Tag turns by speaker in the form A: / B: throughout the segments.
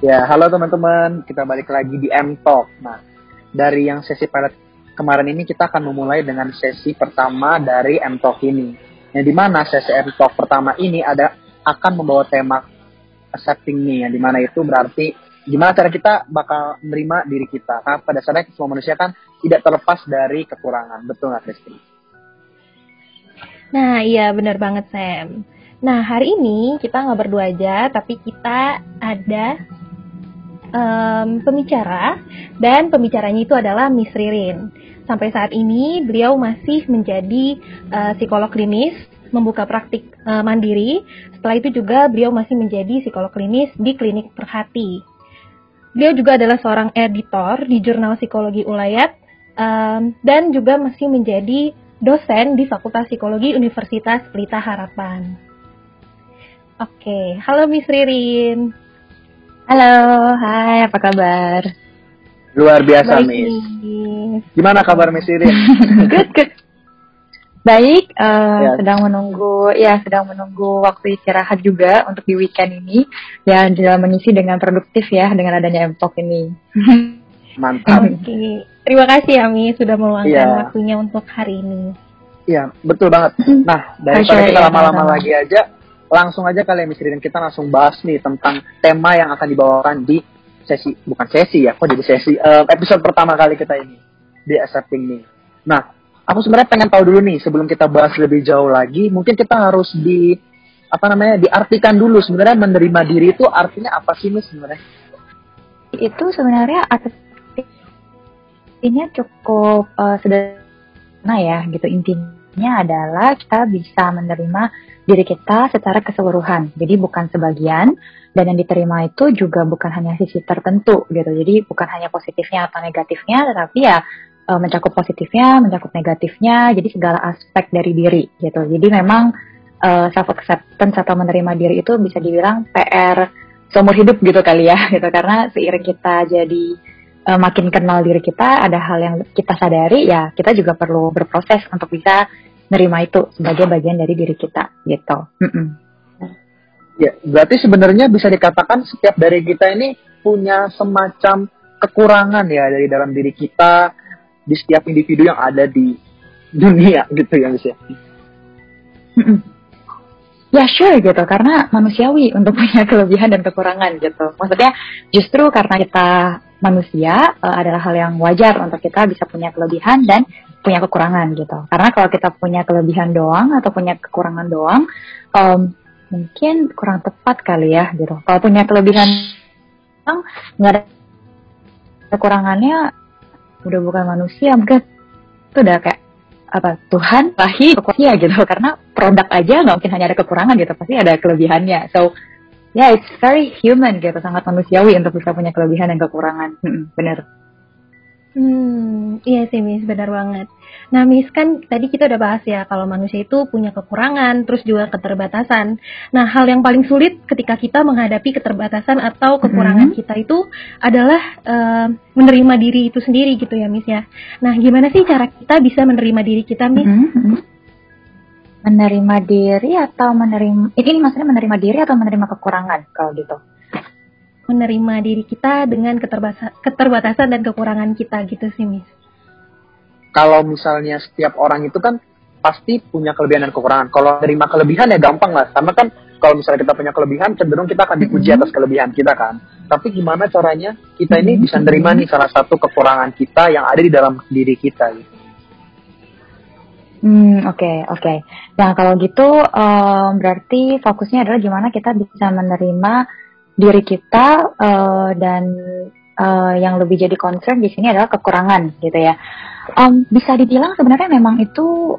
A: Ya, halo teman-teman, kita balik lagi di M-Talk. Nah, dari yang sesi pilot kemarin ini kita akan memulai dengan sesi pertama dari M-Talk ini. Yang dimana sesi M-Talk pertama ini akan membawa tema accepting me, yang dimana itu berarti gimana cara kita bakal menerima diri kita. Karena pada dasarnya semua manusia kan tidak terlepas dari kekurangan. Betul nggak, Kristi?
B: Nah, iya benar banget, Sam. Nah, hari ini kita nggak berdua aja, tapi kita ada pembicara, dan pembicaranya itu adalah Miss Ririn. Sampai saat ini, beliau masih menjadi psikolog klinis, membuka praktik mandiri. Setelah itu juga beliau masih menjadi psikolog klinis di Klinik Perhati. Beliau juga adalah seorang editor di Jurnal Psikologi Ulayat, dan juga masih menjadi dosen di Fakultas Psikologi Universitas Pelita Harapan. Oke, halo Miss Ririn.
C: Halo, hai, apa kabar?
A: Luar biasa,
B: Baik,
A: Miss.
B: Miss.
A: Gimana kabar Miss Ririn?
C: Good. Baik,
A: Ya.
C: sedang menunggu waktu istirahat juga untuk di weekend ini. Ya, dalam mengisi dengan produktif ya, dengan adanya M-Talk ini.
A: Mantap.
B: Oke, terima kasih ya Miss sudah meluangkan
A: Iya.
B: waktunya untuk hari ini.
A: Iya, betul banget. Nah, daripada
C: Sure,
A: kita
C: ya,
A: lama-lama
C: sama-sama.
A: lagi aja, langsung aja kali ya Miss Ririn, kita langsung bahas nih tentang tema yang akan dibawakan di episode pertama kali kita ini, di Accepting Me. Nah, aku sebenarnya pengen tahu dulu nih, sebelum kita bahas lebih jauh lagi, mungkin kita harus diartikan dulu sebenarnya menerima diri itu artinya apa sih Miss sebenarnya?
C: Itu sebenarnya artinya cukup sederhana ya, gitu. Intinya adalah kita bisa menerima diri kita secara keseluruhan. Jadi bukan sebagian, dan yang diterima itu juga bukan hanya sisi tertentu gitu. Jadi bukan hanya positifnya atau negatifnya, tetapi ya mencakup positifnya, mencakup negatifnya, jadi segala aspek dari diri gitu. Jadi memang self acceptance atau menerima diri itu bisa dibilang PR seumur hidup gitu kali ya, gitu. Karena seiring kita jadi makin kenal diri kita, ada hal yang kita sadari, ya kita juga perlu berproses untuk bisa nerima itu sebagai bagian dari diri kita gitu.
A: Ya, berarti sebenarnya bisa dikatakan setiap dari kita ini punya semacam kekurangan ya dari dalam diri kita di setiap individu yang ada di dunia gitu ya Miss ya.
C: Ya sure gitu, karena manusiawi untuk punya kelebihan dan kekurangan gitu. Maksudnya justru karena kita manusia adalah hal yang wajar untuk kita bisa punya kelebihan dan punya kekurangan gitu. Karena kalau kita punya kelebihan doang atau punya kekurangan doang, mungkin kurang tepat kali ya gitu. Kalau punya kelebihan nggak ada kekurangannya, udah bukan manusia, mungkin itu udah kayak apa, Tuhan lahir ya gitu. Karena produk aja nggak mungkin hanya ada kekurangan gitu, pasti ada kelebihannya. So yeah, it's very human gitu, sangat manusiawi untuk bisa punya kelebihan dan kekurangan. Bener.
B: Iya sih Miss, benar banget. Nah Miss, kan tadi kita udah bahas ya kalau manusia itu punya kekurangan, terus juga keterbatasan. Nah hal yang paling sulit ketika kita menghadapi keterbatasan atau kekurangan kita itu adalah menerima diri itu sendiri gitu ya Miss ya. Nah gimana sih cara kita bisa menerima diri kita Miss?
C: Menerima diri atau menerima, ini maksudnya menerima diri atau menerima kekurangan kalau gitu?
B: Menerima diri kita dengan keterbatasan dan kekurangan kita gitu sih Miss.
A: Kalau misalnya setiap orang itu kan pasti punya kelebihan dan kekurangan. Kalau menerima kelebihan ya gampang lah, karena kan kalau misalnya kita punya kelebihan cenderung kita akan dipuji atas kelebihan kita kan. Tapi gimana caranya kita ini bisa menerima nih salah satu kekurangan kita yang ada di dalam diri kita gitu.
C: Oke. Nah kalau gitu berarti fokusnya adalah gimana kita bisa menerima diri kita, dan yang lebih jadi concern di sini adalah kekurangan gitu ya. Bisa dibilang sebenarnya memang itu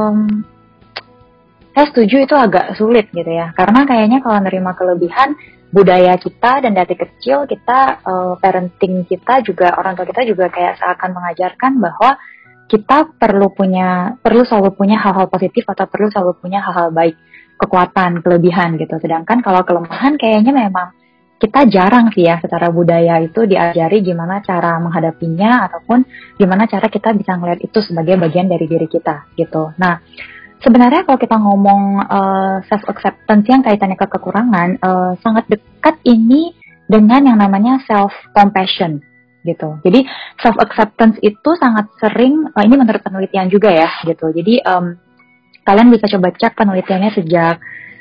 C: saya setuju itu agak sulit gitu ya, karena kayaknya kalau menerima kelebihan budaya kita dan dari kecil kita, parenting kita juga, orang tua kita juga kayak seakan mengajarkan bahwa kita perlu selalu punya hal-hal positif atau perlu selalu punya hal-hal baik, kekuatan, kelebihan gitu. Sedangkan kalau kelemahan kayaknya memang kita jarang sih ya secara budaya itu diajari gimana cara menghadapinya ataupun gimana cara kita bisa ngeliat itu sebagai bagian dari diri kita gitu. Nah, sebenarnya kalau kita ngomong self acceptance yang kaitannya ke kekurangan, sangat dekat ini dengan yang namanya self compassion gitu. Jadi self acceptance itu sangat sering, ini menurut penelitian juga ya gitu. Jadi kalian bisa coba cek penelitiannya sejak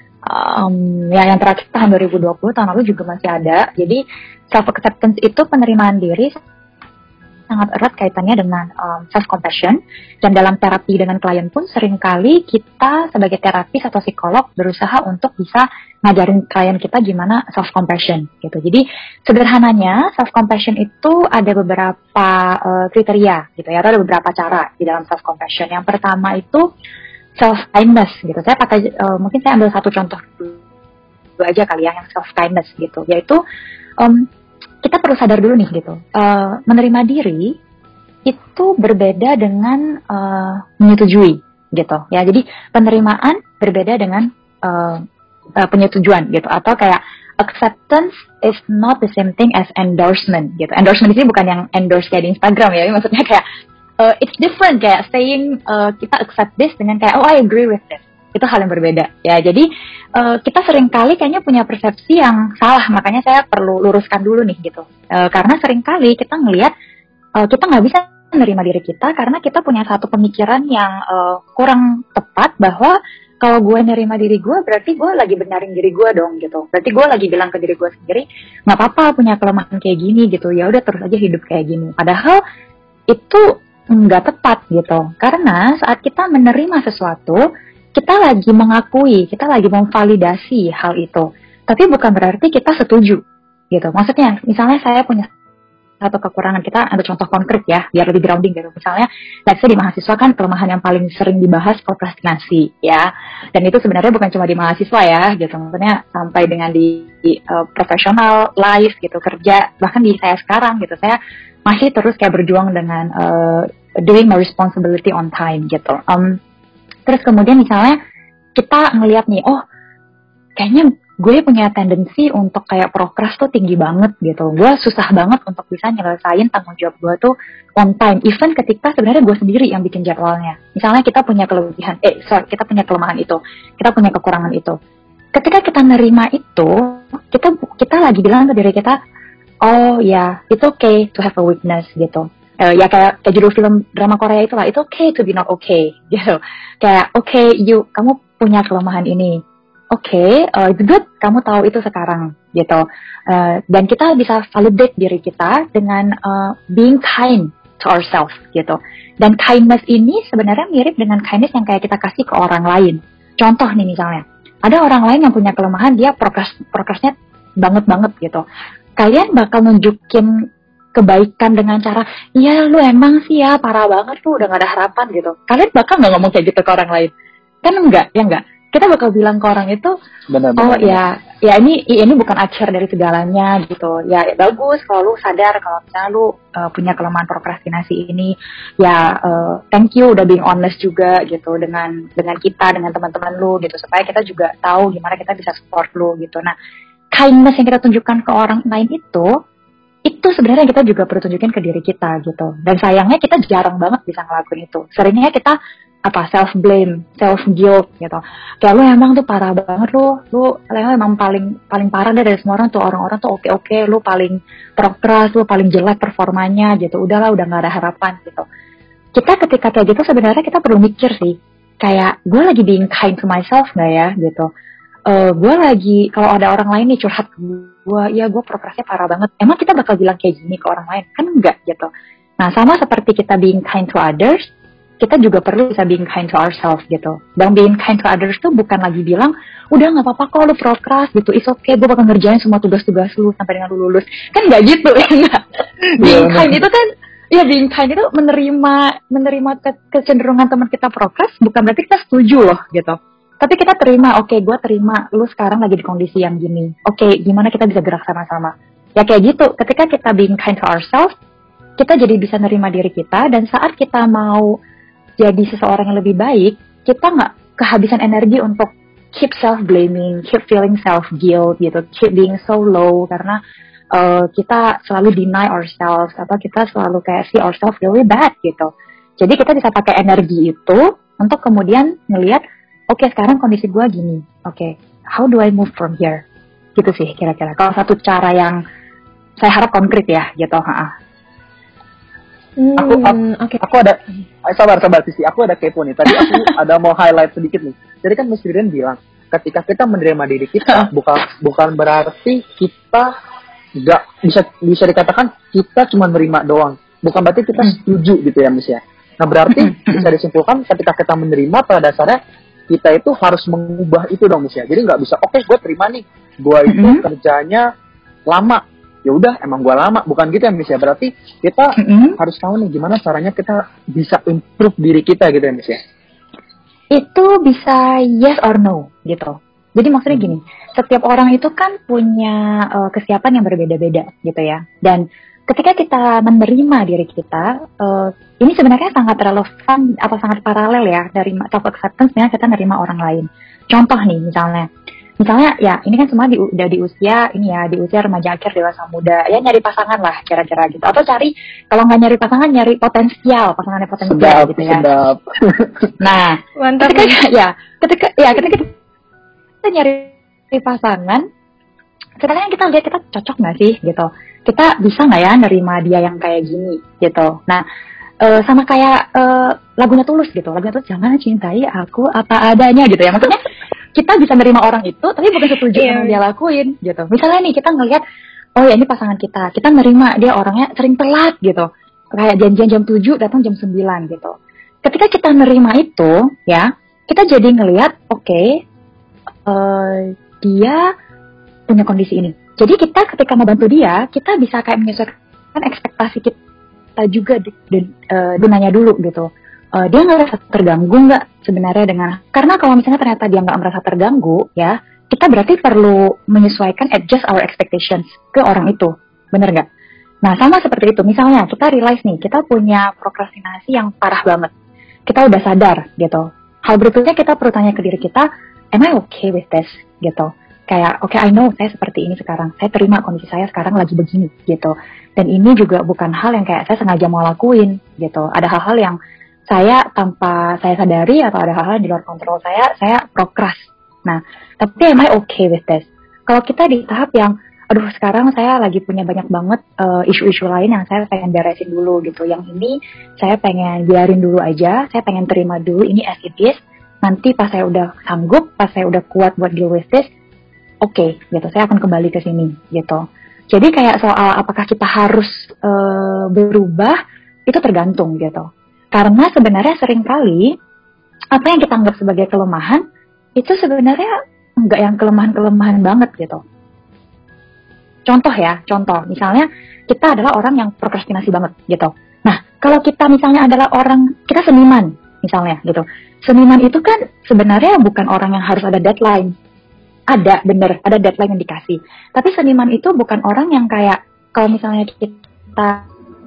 C: ya yang terakhir tahun 2020, tahun lalu juga masih ada. Jadi self acceptance itu penerimaan diri sangat erat kaitannya dengan self compassion, dan dalam terapi dengan klien pun seringkali kita sebagai terapis atau psikolog berusaha untuk bisa ngajarin klien kita gimana self compassion gitu. Jadi sederhananya self compassion itu ada beberapa kriteria gitu ya, atau ada beberapa cara di dalam self compassion. Yang pertama itu self kindness gitu. Saya pakai mungkin saya ambil satu contoh dulu aja kali ya, yang self kindness gitu, yaitu kita perlu sadar dulu nih gitu, menerima diri itu berbeda dengan menyetujui gitu ya. Jadi penerimaan berbeda dengan penyetujuan gitu, atau kayak acceptance is not the same thing as endorsement gitu. Endorsement ini bukan yang endorse kayak di Instagram ya, maksudnya kayak it's different, kayak saying kita accept this dengan kayak I agree with this. Itu hal yang berbeda ya. Jadi kita seringkali kayaknya punya persepsi yang salah, makanya saya perlu luruskan dulu nih gitu. Karena seringkali kita ngelihat kita nggak bisa menerima diri kita karena kita punya satu pemikiran yang kurang tepat, bahwa kalau gue nerima diri gue berarti gue lagi benarin diri gue dong gitu. Berarti gue lagi bilang ke diri gue sendiri nggak apa-apa punya kelemahan kayak gini gitu, ya udah terus aja hidup kayak gini. Padahal itu nggak tepat gitu. Karena saat kita menerima sesuatu, kita lagi mengakui, kita lagi memvalidasi hal itu. Tapi bukan berarti kita setuju gitu. Maksudnya, misalnya saya punya satu kekurangan, kita ambil contoh konkret ya, biar lebih grounding gitu. Misalnya, let's say di mahasiswa kan kelemahan yang paling sering dibahas prokrastinasi ya. Dan itu sebenarnya bukan cuma di mahasiswa ya gitu. Maksudnya sampai dengan di profesional life gitu, kerja, bahkan di saya sekarang gitu. Saya masih terus kayak berjuang dengan doing my responsibility on time gitu. Terus kemudian misalnya kita ngelihat nih, oh kayaknya gue punya tendensi untuk kayak prokras tuh tinggi banget gitu. Gue susah banget untuk bisa nyelesain tanggung jawab gue tuh on time. Even ketika sebenarnya gue sendiri yang bikin jadwalnya. Misalnya kita punya kelebihan, kita punya kelemahan itu, kita punya kekurangan itu. Ketika kita nerima itu, kita lagi bilang ke diri kita, oh ya, it's okay to have a weakness gitu. Ya kayak judul film drama Korea itu lah, it's okay to be not okay gitu. Kayak okay, kamu punya kelemahan ini. Oke, it's good kamu tahu itu sekarang gitu. Dan kita bisa validate diri kita dengan being kind to ourselves gitu. Dan kindness ini sebenarnya mirip dengan kindness yang kayak kita kasih ke orang lain. Contoh nih misalnya, ada orang lain yang punya kelemahan, dia prokrasnya banget gitu. Kalian bakal nunjukin kebaikan dengan cara, iya lu emang sih ya parah banget tuh udah gak ada harapan gitu. Kalian bakal gak ngomong kayak gitu ke orang lain? Kan enggak, ya enggak. Kita bakal bilang ke orang itu, benar. Ya ini bukan akhir dari segalanya gitu. Ya bagus kalau lu sadar kalau misalnya lu punya kelemahan prokrastinasi ini. Ya thank you udah being honest juga gitu dengan kita, dengan teman-teman lu gitu, supaya kita juga tahu gimana kita bisa support lu gitu. Nah, kindness yang kita tunjukkan ke orang lain itu sebenarnya kita juga perlu tunjukin ke diri kita gitu. Dan sayangnya kita jarang banget bisa ngelakuin itu. Seringnya kita self blame, self guilt gitu. Kayak lu emang tuh parah banget, lu emang paling parah deh dari semua orang tuh. Orang-orang tuh oke, lu paling prokras, lu paling jelek performanya gitu. Udahlah, udah gak ada harapan gitu. Kita ketika kayak gitu sebenarnya kita perlu mikir sih, kayak gue lagi being kind to myself gak ya gitu. Gue lagi, kalau ada orang lain nih curhat gue, ya gue prokrasnya parah banget, emang kita bakal bilang kayak gini ke orang lain? Kan enggak gitu. Nah sama seperti kita being kind to others, kita juga perlu bisa being kind to ourselves gitu. Dan being kind to others tuh bukan lagi bilang, udah gak apa-apa kok lu prokras gitu, it's okay, gue bakal ngerjain semua tugas-tugas lu sampai dengan lu lulus. Kan gak gitu ya. Being kind itu kan, ya being kind itu menerima kecenderungan teman kita prokras, bukan berarti kita setuju loh gitu. Tapi kita terima, oke, gue terima lu sekarang lagi di kondisi yang gini. Oke, gimana kita bisa gerak sama-sama? Ya kayak gitu, ketika kita being kind to ourselves, kita jadi bisa nerima diri kita, dan saat kita mau jadi seseorang yang lebih baik, kita nggak kehabisan energi untuk keep self-blaming, keep feeling self-guilt gitu, keep being so low, karena kita selalu deny ourselves, atau kita selalu kayak see ourselves really bad gitu. Jadi kita bisa pakai energi itu untuk kemudian ngelihat, oke, sekarang kondisi gue gini. Oke, how do I move from here? Gitu sih kira-kira. Kalau satu cara yang saya harap konkret ya, gitu.
A: Aku ada sabar Sisi, aku ada kepo nih. Tadi aku ada mau highlight sedikit nih. Jadi kan Miss Ririn bilang ketika kita menerima diri kita bukan berarti kita nggak bisa dikatakan kita cuma nerima doang. Bukan berarti kita setuju gitu ya Miss ya. Nah berarti bisa disimpulkan ketika kita menerima pada dasarnya kita itu harus mengubah itu dong Miss ya. Jadi nggak bisa oke, gue terima nih, gue itu kerjanya lama. Ya udah emang gue lama, bukan gitu ya Miss ya. Berarti kita harus tahu nih gimana caranya kita bisa improve diri kita gitu ya Miss ya.
C: Itu bisa yes or no gitu. Jadi maksudnya gini, setiap orang itu kan punya kesiapan yang berbeda-beda gitu ya. Dan ketika kita menerima diri kita, ini sebenarnya sangat relevan atau sangat paralel ya dari self acceptance dengan kita menerima orang lain. Contoh nih misalnya ya ini kan semua udah di usia ini ya, di usia remaja akhir dewasa muda ya, nyari pasangan lah kira-kira gitu, atau kalau nggak nyari pasangan nyari pasangannya potensial gitu ya. Nah mantap. Ketika kita nyari pasangan, sekarang kita lihat kita cocok nggak sih gitu, kita bisa nggak ya nerima dia yang kayak gini gitu. Nah sama kayak lagunya Tulus gitu, jangan cintai aku apa adanya gitu ya, maksudnya kita bisa nerima orang itu, tapi bukan setuju sama dia lakuin gitu. Misalnya nih kita ngelihat, oh ya ini pasangan kita nerima dia orangnya sering telat gitu, kayak janjian jam 7 datang jam 9 gitu. Ketika kita nerima itu ya, kita jadi ngelihat dia punya kondisi ini. Jadi kita ketika mau bantu dia, kita bisa kayak menyesuaikan ekspektasi kita juga nanya dulu gitu. Dia ngerasa terganggu nggak sebenarnya karena kalau misalnya ternyata dia nggak merasa terganggu ya, kita berarti perlu menyesuaikan, adjust our expectations ke orang itu, bener nggak? Nah sama seperti itu, misalnya kita realize nih kita punya prokrastinasi yang parah banget, kita udah sadar gitu. Hal berikutnya kita perlu tanya ke diri kita, am I okay with this gitu? Kayak I know saya seperti ini sekarang, saya terima kondisi saya sekarang lagi begini gitu. Dan ini juga bukan hal yang kayak saya sengaja mau lakuin gitu. Ada hal-hal yang saya tanpa saya sadari atau ada hal-hal di luar kontrol saya prokras. Nah, tapi am I okay with this? Kalau kita di tahap yang, aduh sekarang saya lagi punya banyak banget isu-isu lain yang saya pengen beresin dulu gitu. Yang ini saya pengen biarin dulu aja, saya pengen terima dulu ini as it is. Nanti pas saya udah sanggup, pas saya udah kuat buat deal with this, gitu, saya akan kembali ke sini gitu. Jadi kayak soal apakah kita harus berubah, itu tergantung gitu. Karena sebenarnya seringkali apa yang kita anggap sebagai kelemahan itu sebenarnya enggak yang kelemahan-kelemahan banget gitu. Contoh misalnya kita adalah orang yang prokrastinasi banget gitu. Nah, kalau kita misalnya adalah kita seniman misalnya gitu. Seniman itu kan sebenarnya bukan orang yang harus ada deadline. Ada deadline yang dikasih. Tapi seniman itu bukan orang yang kayak kalau misalnya kita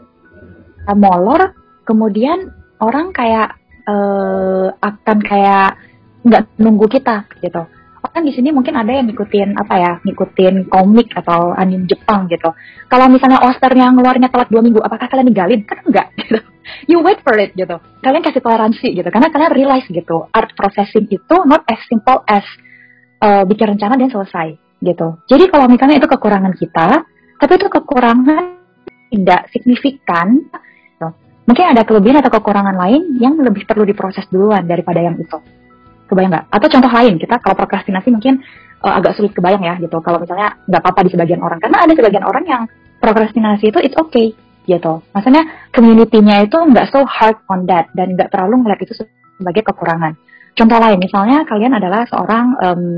C: molor, kemudian orang kayak akan kayak nggak nunggu kita gitu. Kan di sini mungkin ada yang ngikutin komik atau anime Jepang gitu. Kalau misalnya Osternya ngeluarnya telat 2 minggu, apakah kalian ninggalin? Kan enggak gitu. You wait for it gitu. Kalian kasih toleransi gitu. Karena kalian realize gitu, art processing itu not as simple as bikin rencana dan selesai gitu. Jadi kalau misalnya itu kekurangan kita, tapi itu kekurangan tidak signifikan, gitu. Mungkin ada kelebihan atau kekurangan lain yang lebih perlu diproses duluan daripada yang itu. Kebayang nggak? Atau contoh lain, kita kalau prokrastinasi mungkin agak sulit kebayang ya gitu. Kalau misalnya nggak apa-apa di sebagian orang, karena ada sebagian orang yang prokrastinasi itu it's okay gitu. Maksudnya community-nya itu nggak so hard on that dan nggak terlalu ngeliat itu sebagai kekurangan. Contoh lain, misalnya kalian adalah seorang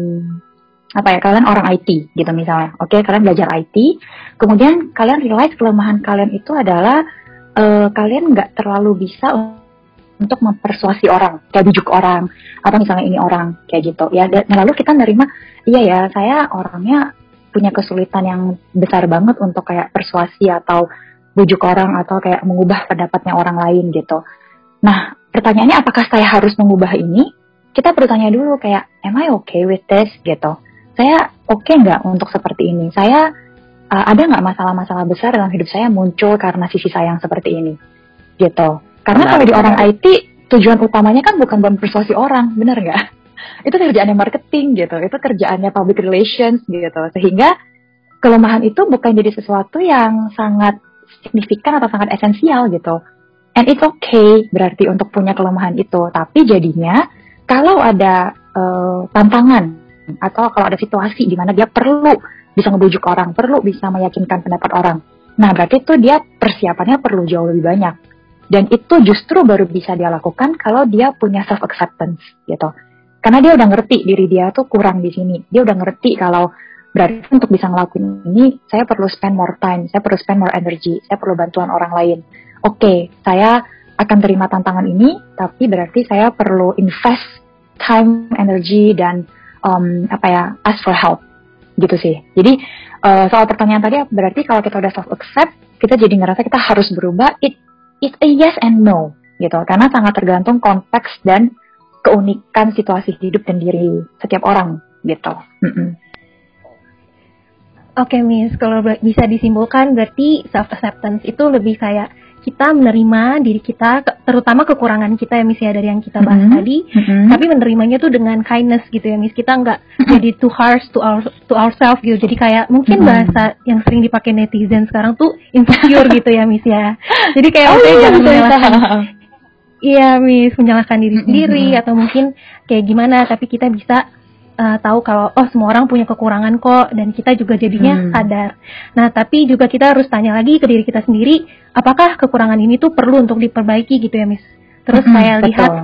C: kalian orang IT gitu misalnya. Kalian belajar IT, kemudian kalian realize kelemahan kalian itu adalah kalian nggak terlalu bisa untuk mempersuasi orang, kayak bujuk orang, atau misalnya ini orang, kayak gitu. Ya, dan lalu kita nerima, iya ya, saya orangnya punya kesulitan yang besar banget untuk kayak persuasi atau bujuk orang atau kayak mengubah pendapatnya orang lain gitu. Nah, pertanyaannya apakah saya harus mengubah ini? Kita perlu tanya dulu kayak, am I okay with this gitu? Saya oke nggak untuk seperti ini? Saya ada nggak masalah-masalah besar dalam hidup saya muncul karena sisi saya yang seperti ini gitu? Karena kalau di orang IT tujuan utamanya kan bukan mempersuasi orang, benar nggak? Itu kerjaannya marketing gitu, itu kerjaannya public relations gitu, sehingga kelemahan itu bukan jadi sesuatu yang sangat signifikan atau sangat esensial gitu. And it's okay berarti untuk punya kelemahan itu, tapi jadinya kalau ada tantangan atau kalau ada situasi di mana dia perlu bisa ngebujuk orang, perlu bisa meyakinkan pendapat orang, nah berarti itu dia persiapannya perlu jauh lebih banyak. Dan itu justru baru bisa dia lakukan kalau dia punya self acceptance gitu. Karena dia udah ngerti diri dia tuh kurang di sini. Dia udah ngerti kalau berarti untuk bisa ngelakuin ini, saya perlu spend more time, saya perlu spend more energy, saya perlu bantuan orang lain. Oke, saya akan terima tantangan ini, tapi berarti saya perlu invest time, energy, dan ask for help, gitu sih. Jadi soal pertanyaan tadi, berarti kalau kita udah self accept, kita jadi ngerasa kita harus berubah. It's a yes and no, gitu. Karena sangat tergantung konteks dan keunikan situasi hidup dan diri setiap orang, gitu.
B: Oke, Miss, kalau bisa disimpulkan berarti self acceptance itu lebih kayak kita menerima diri kita, terutama kekurangan kita ya Miss ya, dari yang kita bahas tadi, tapi menerimanya tuh dengan kindness gitu ya Miss. Kita nggak jadi too harsh to ourselves gitu. Jadi kayak mungkin bahasa yang sering dipakai netizen sekarang tuh insecure gitu ya Miss ya. Jadi kayak jangan menyalahkan. Iya Miss, menyalahkan diri sendiri atau mungkin kayak gimana, tapi kita bisa tahu kalau semua orang punya kekurangan kok, dan kita juga jadinya sadar. Nah, tapi juga kita harus tanya lagi ke diri kita sendiri, apakah kekurangan ini tuh perlu untuk diperbaiki gitu ya Miss. Terus saya lihat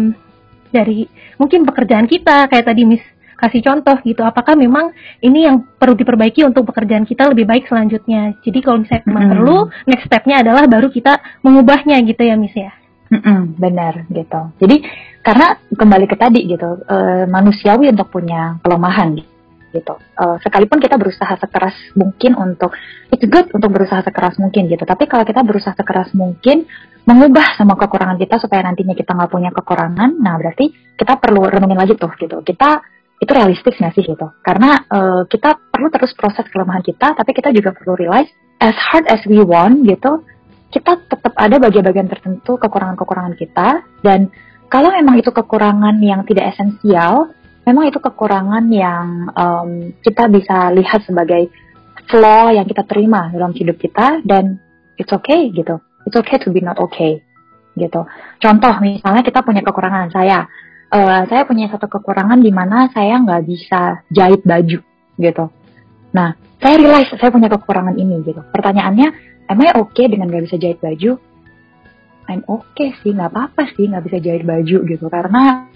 B: dari mungkin pekerjaan kita, kayak tadi Miss kasih contoh gitu, apakah memang ini yang perlu diperbaiki untuk pekerjaan kita lebih baik selanjutnya. Jadi kalau misalnya memang perlu, next step-nya adalah baru kita mengubahnya gitu ya Miss ya.
C: Benar gitu. Jadi karena kembali ke tadi gitu, manusiawi untuk punya kelemahan gitu. Sekalipun kita berusaha sekeras mungkin it's good untuk berusaha sekeras mungkin gitu. Tapi kalau kita berusaha sekeras mungkin mengubah sama kekurangan kita supaya nantinya kita nggak punya kekurangan, nah berarti kita perlu renungin lagi tuh gitu. Kita itu realistis nggak sih gitu? Karena kita perlu terus proses kelemahan kita, tapi kita juga perlu realize as hard as we want gitu, kita tetap ada bagian-bagian tertentu kekurangan-kekurangan kita, dan kalau memang itu kekurangan yang tidak esensial, memang itu kekurangan yang kita bisa lihat sebagai flaw yang kita terima dalam hidup kita, dan it's okay gitu. It's okay to be not okay gitu. Contoh misalnya kita punya kekurangan, saya punya satu kekurangan di mana saya nggak bisa jahit baju gitu. Nah, saya realize saya punya kekurangan ini gitu. Pertanyaannya, am I okay dengan gak bisa jahit baju? I'm okay sih, gak apa-apa sih gak bisa jahit baju gitu. Karena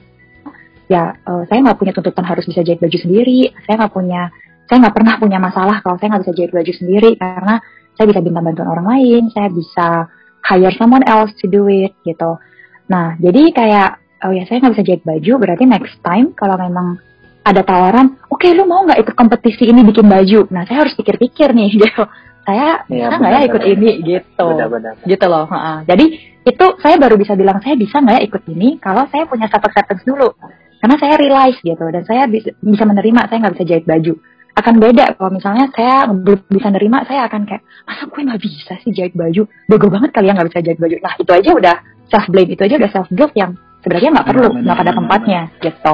C: ya saya gak punya tuntutan harus bisa jahit baju sendiri. Saya gak pernah punya masalah kalau saya gak bisa jahit baju sendiri. Karena saya bisa minta bantuan orang lain, saya bisa hire someone else to do it gitu. Nah, jadi kayak, saya gak bisa jahit baju, berarti next time kalau memang ada tawaran, oke, lu mau gak ikut kompetisi ini bikin baju? Nah, saya harus pikir-pikir nih gitu. Saya bisa nggak ya ikut ini gitu, gitu loh. Jadi itu saya baru bisa bilang saya bisa nggak ya ikut ini kalau saya punya self acceptance dulu, karena saya realize gitu, dan saya bisa menerima saya nggak bisa jahit baju. Akan beda kalau misalnya saya belum bisa menerima, saya akan kayak, masa gue nggak bisa sih jahit baju, bego banget kali ya nggak bisa jahit baju. Nah itu aja udah self blame, itu aja udah self guilt yang sebenarnya nggak perlu, nggak pada tempatnya gitu.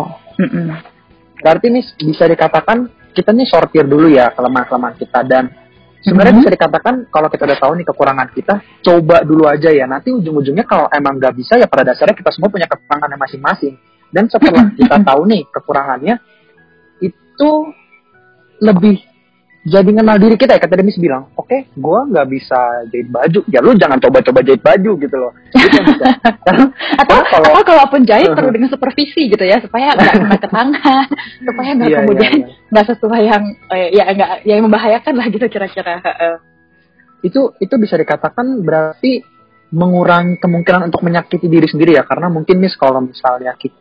A: Berarti nih bisa dikatakan kita nih sortir dulu ya kelemahan-kelemahan kita, dan sebenarnya bisa dikatakan kalau kita udah tahu nih kekurangan kita, coba dulu aja ya. Nanti ujung-ujungnya kalau emang nggak bisa ya pada dasarnya kita semua punya kekurangannya masing-masing. Dan setelah kita tahu nih kekurangannya, itu lebih jadi kenal diri kita ya. Kata Demis bilang, oke, gue nggak bisa jahit baju, ya lu jangan coba-coba jahit baju gitu loh. Gitu bisa.
C: atau kalaupun jahit perlu dengan supervisi gitu ya, supaya nggak kena ke tangan, supaya nggak kemudian nggak sesuai yang membahayakan lah gitu kira-kira.
A: Itu bisa dikatakan berarti mengurangi kemungkinan untuk menyakiti diri sendiri ya, karena mungkin nih kalau misalnya kita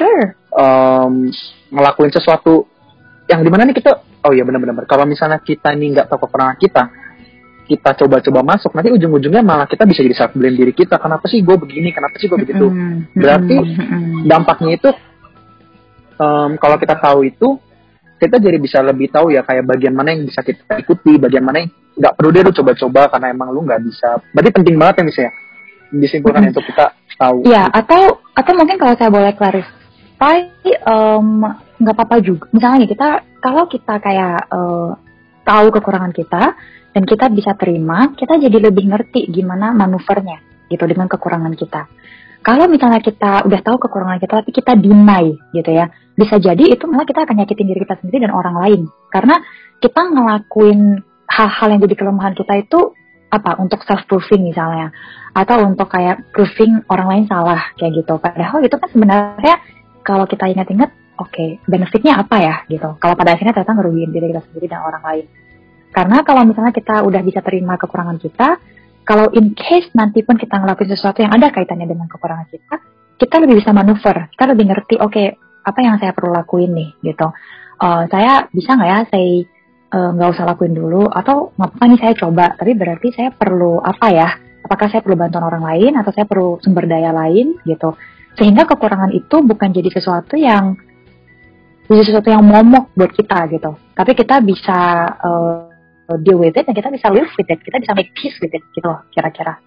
A: ngelakuin sesuatu yang dimana nih kita benar-benar kalau misalnya kita nih nggak tahu kekurangan kita coba-coba masuk, nanti ujung-ujungnya malah kita bisa jadi self blame diri kita, kenapa sih gue begini, kenapa sih gue begitu. Berarti dampaknya itu kalau kita tahu itu, kita jadi bisa lebih tahu ya kayak bagian mana yang bisa kita ikuti, bagian mana yang nggak perlu deh lu coba-coba karena emang lu nggak bisa. Berarti penting banget ya misalnya disimpulkan untuk kita tahu.
C: Iya, atau mungkin kalau saya boleh sampai nggak apa-apa juga. Misalnya nih, kalau kita kayak tahu kekurangan kita dan kita bisa terima, kita jadi lebih ngerti gimana manuvernya gitu dengan kekurangan kita. Kalau misalnya kita udah tahu kekurangan kita tapi kita deny gitu ya, bisa jadi itu malah kita akan nyakitin diri kita sendiri dan orang lain. Karena kita ngelakuin hal-hal yang jadi kelemahan kita itu apa, untuk self-proving misalnya, atau untuk kayak proving orang lain salah kayak gitu. Padahal itu kan sebenarnya kalau kita ingat-ingat, oke, benefitnya apa ya gitu. Kalau pada akhirnya ternyata ngerugiin diri kita sendiri dan orang lain. Karena kalau misalnya kita udah bisa terima kekurangan kita, kalau in case nanti pun kita ngelakuin sesuatu yang ada kaitannya dengan kekurangan kita lebih bisa manuver, kita lebih ngerti, oke, apa yang saya perlu lakuin nih gitu. Saya bisa nggak ya, saya nggak usah lakuin dulu, atau nggak apa-apa nih saya coba, tapi berarti saya perlu apa ya? Apakah saya perlu bantuan orang lain, atau saya perlu sumber daya lain gitu? Sehingga kekurangan itu bukan jadi sesuatu yang momok buat kita gitu, tapi kita bisa deal with it, dan kita bisa live with it, kita bisa make peace with it gitu loh, kira-kira.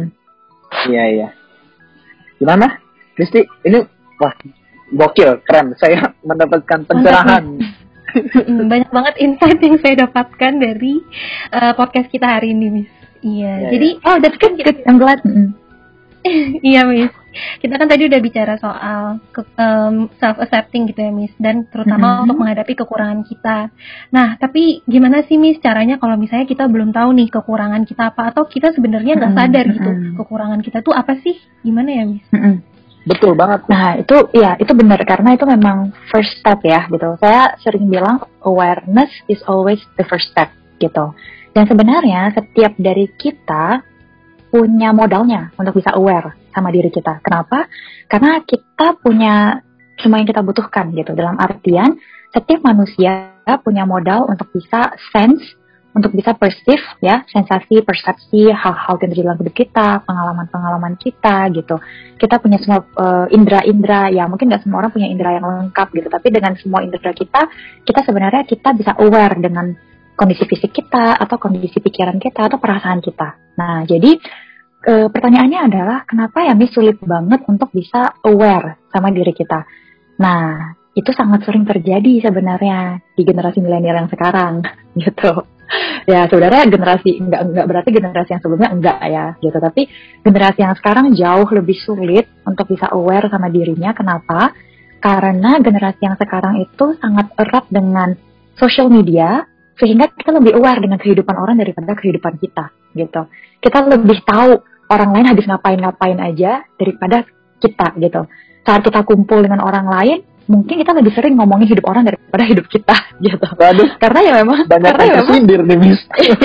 A: Iya. Gimana, Kristi? Ini wah, gokil, keren. Saya mendapatkan pencerahan.
B: Banyak banget insight yang saya dapatkan dari podcast kita hari ini, Miss. Iya. Jadi,
C: that's good. I'm glad.
B: Iya, Miss. Kita kan tadi udah bicara soal self-accepting gitu ya, Miss, dan terutama untuk menghadapi kekurangan kita. Nah, tapi gimana sih, Miss, caranya kalau misalnya kita belum tahu nih kekurangan kita apa, atau kita sebenarnya nggak sadar gitu kekurangan kita tuh apa sih? Gimana ya, Miss?
A: Betul banget.
C: Nah, itu benar, karena itu memang first step ya gitu. Saya sering bilang awareness is always the first step gitu. Dan sebenarnya setiap dari kita punya modalnya untuk bisa aware sama diri kita. Kenapa? Karena kita punya semua yang kita butuhkan gitu. Dalam artian, setiap manusia punya modal untuk bisa sense, untuk bisa perceive ya, sensasi, persepsi, hal-hal yang terjadi dalam hidup kita, pengalaman-pengalaman kita gitu. Kita punya semua indera-indera, ya mungkin nggak semua orang punya indera yang lengkap gitu, tapi dengan semua indera kita sebenarnya kita bisa aware dengan kondisi fisik kita, atau kondisi pikiran kita, atau perasaan kita. Nah, jadi pertanyaannya adalah, kenapa ya Miss sulit banget untuk bisa aware sama diri kita? Nah, itu sangat sering terjadi sebenarnya di generasi milenial yang sekarang, gitu. Ya, sebenarnya generasi, enggak berarti generasi yang sebelumnya enggak ya, gitu. Tapi generasi yang sekarang jauh lebih sulit untuk bisa aware sama dirinya. Kenapa? Karena generasi yang sekarang itu sangat erat dengan social media, sehingga kita lebih aware dengan kehidupan orang daripada kehidupan kita, gitu. Kita lebih tahu orang lain habis ngapain aja daripada kita, gitu. Saat kita kumpul dengan orang lain, mungkin kita lebih sering ngomongin hidup orang daripada hidup kita, gitu.
A: Waduh,
C: karena ya memang
A: banyak yang tersindir nih, Miss.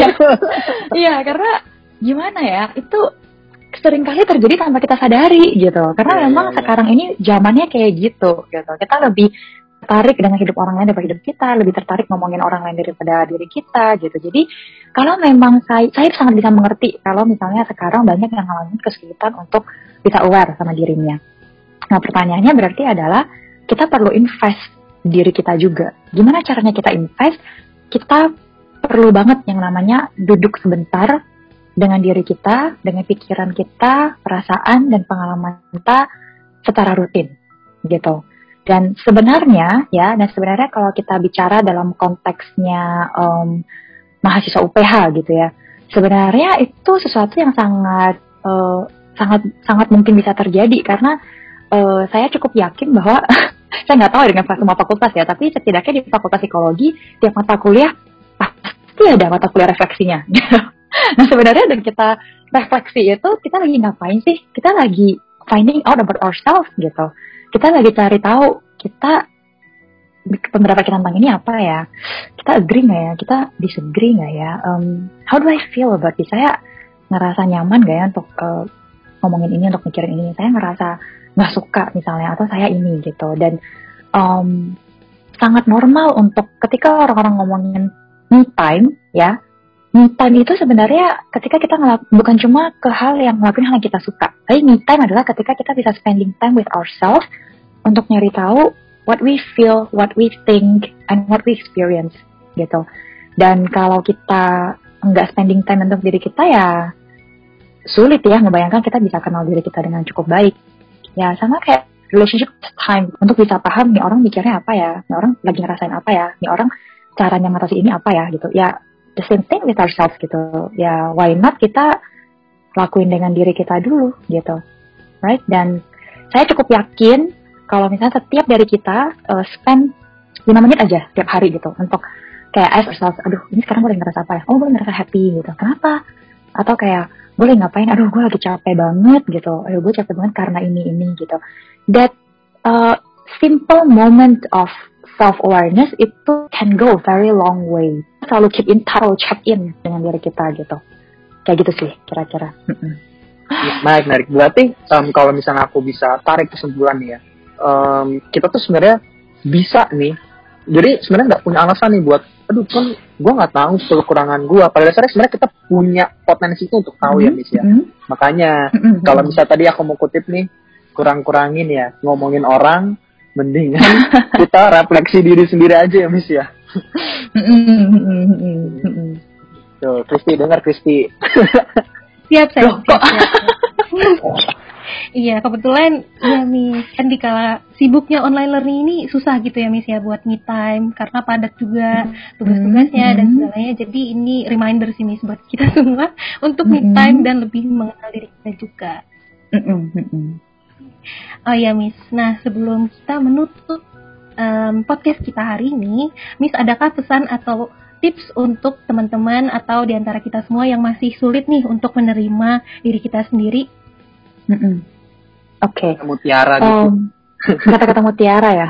C: Iya, karena gimana ya, itu sering kali terjadi tanpa kita sadari, gitu. Karena memang sekarang ini zamannya kayak gitu. Kita lebih tertarik dengan hidup orang lain daripada hidup kita, lebih tertarik ngomongin orang lain daripada diri kita, gitu. Jadi kalau memang saya sangat bisa mengerti kalau misalnya sekarang banyak yang ngalamin kesulitan untuk bisa aware sama dirinya. Nah, pertanyaannya berarti adalah, kita perlu invest diri kita juga. Gimana caranya kita invest? Kita perlu banget yang namanya duduk sebentar dengan diri kita, dengan pikiran kita, perasaan dan pengalaman kita secara rutin, gitu. Dan sebenarnya kalau kita bicara dalam konteksnya mahasiswa UPH gitu ya, sebenarnya itu sesuatu yang sangat mungkin bisa terjadi, karena saya cukup yakin bahwa saya nggak tahu dengan semua fakultas ya, tapi setidaknya di fakultas psikologi tiap mata kuliah pasti ada mata kuliah refleksinya. Nah, sebenarnya dengan kita refleksi itu, kita lagi ngapain sih? Kita lagi finding out about ourselves gitu. Kita lagi cari tahu kita pendapat kita tentang ini apa ya. Kita agree nggak ya? Kita disagree nggak ya? How do I feel about this? Saya ngerasa nyaman nggak ya untuk ngomongin ini, untuk mikirin ini? Saya ngerasa nggak suka misalnya, atau saya ini gitu. Dan sangat normal untuk ketika orang-orang ngomongin me time ya. Me time itu sebenarnya ketika kita bukan cuma ke hal yang ngelakuin hal yang kita suka. Tapi me time adalah ketika kita bisa spending time with ourselves untuk nyari tahu what we feel, what we think, and what we experience gitu. Dan kalau kita nggak spending time untuk diri kita, ya sulit ya ngebayangkan kita bisa kenal diri kita dengan cukup baik. Ya sama kayak relationship time untuk bisa paham nih orang mikirnya apa ya, nih orang lagi ngerasain apa ya, nih orang caranya ngatasi ini apa ya gitu. Ya the same thing with ourselves gitu. Ya why not kita lakuin dengan diri kita dulu gitu, right? Dan saya cukup yakin kalau misalnya setiap dari kita spend 5 menit aja tiap hari gitu untuk kayak ask ourselves, aduh ini sekarang gue lagi ngerasa apa ya? Oh gue ngerasa happy gitu. Kenapa? Atau kayak gue lagi ngapain? Aduh gue lagi capek banget gitu. Aduh gue capek banget karena ini gitu. That simple moment of self-awareness itu can go very long way. Selalu keep in touch, check in dengan diri kita gitu. Kayak gitu sih kira-kira.
A: Menarik. Berarti kalau misalnya aku bisa tarik kesimpulan nih ya, kita tuh sebenarnya bisa nih. Jadi sebenarnya nggak punya alasan nih buat, aduh kan gue nggak tahu kekurangan gue. Pada dasarnya sebenarnya kita punya potensi itu untuk tahu ya, Miss ya. Makanya kalau misalnya tadi aku mau kutip nih, kurang-kurangin ya ngomongin orang, mendingan kita refleksi diri sendiri aja ya, Miss ya. Tuh, Kristi dengar Kristi.
B: Siap saya. Iya, kebetulan ya Miss, kan dikala sibuknya online learning ini susah gitu ya Miss ya buat me time karena padat juga tugas-tugasnya dan segalanya. Jadi ini reminder sih Miss buat kita semua untuk me time dan lebih mengenal diri kita juga. Oh ya Miss, nah sebelum kita menutup podcast kita hari ini, Miss adakah pesan atau tips untuk teman-teman atau diantara kita semua yang masih sulit nih untuk menerima diri kita sendiri?
C: Oke.
A: Mutiara gitu.
C: Kata-kata mutiara ya.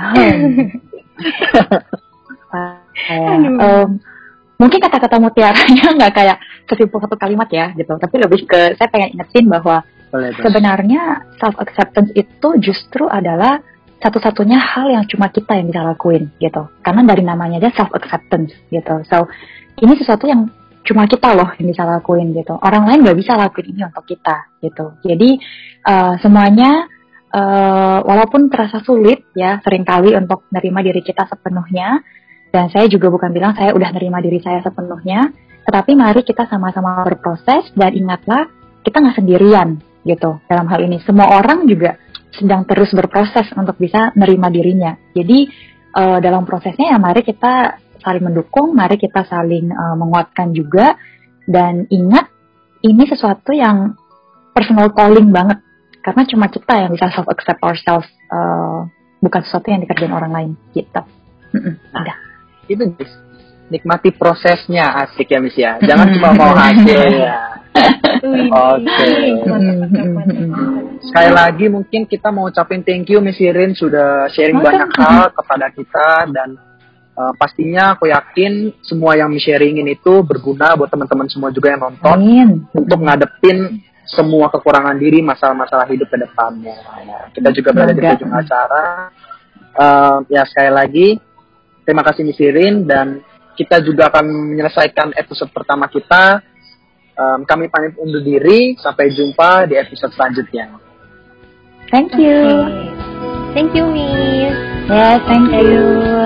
C: Mungkin kata-kata mutiaranya nggak kayak sesimpel satu kalimat ya gitu, tapi lebih ke saya pengen ingetin bahwa sebenarnya self acceptance itu justru adalah satu-satunya hal yang cuma kita yang bisa lakuin gitu, karena dari namanya aja self acceptance gitu. So ini sesuatu yang cuma kita loh yang bisa lakuin gitu, orang lain nggak bisa lakuin ini untuk kita gitu. Jadi semuanya walaupun terasa sulit ya seringkali untuk menerima diri kita sepenuhnya, dan saya juga bukan bilang saya udah nerima diri saya sepenuhnya, tetapi mari kita sama-sama berproses dan ingatlah kita nggak sendirian gitu dalam hal ini. Semua orang juga sedang terus berproses untuk bisa nerima dirinya. Jadi dalam prosesnya ya mari kita saling mendukung, mari kita saling menguatkan juga, dan ingat ini sesuatu yang personal calling banget, karena cuma kita yang bisa self accept ourselves, bukan sesuatu yang dikerjain orang lain gitu. Udah.
A: Itu nikmati prosesnya, asik ya Miss ya. Jangan cuma mau hasilnya. Oke. Sekali lagi mungkin kita mau ucapin thank you Miss Irin sudah sharing banyak hal kepada kita, dan pastinya aku yakin semua yang sharingin itu berguna buat teman-teman semua juga yang nonton. Untuk ngadepin semua kekurangan diri, masalah-masalah hidup ke depannya. Kita juga berada di ujung acara. Ya sekali lagi terima kasih Miss Irin, dan kita juga akan menyelesaikan episode pertama kita. Kami pamit undur diri, sampai jumpa di episode selanjutnya.
C: Thank you.
B: Thank you Miss.
C: Yeah, thank you.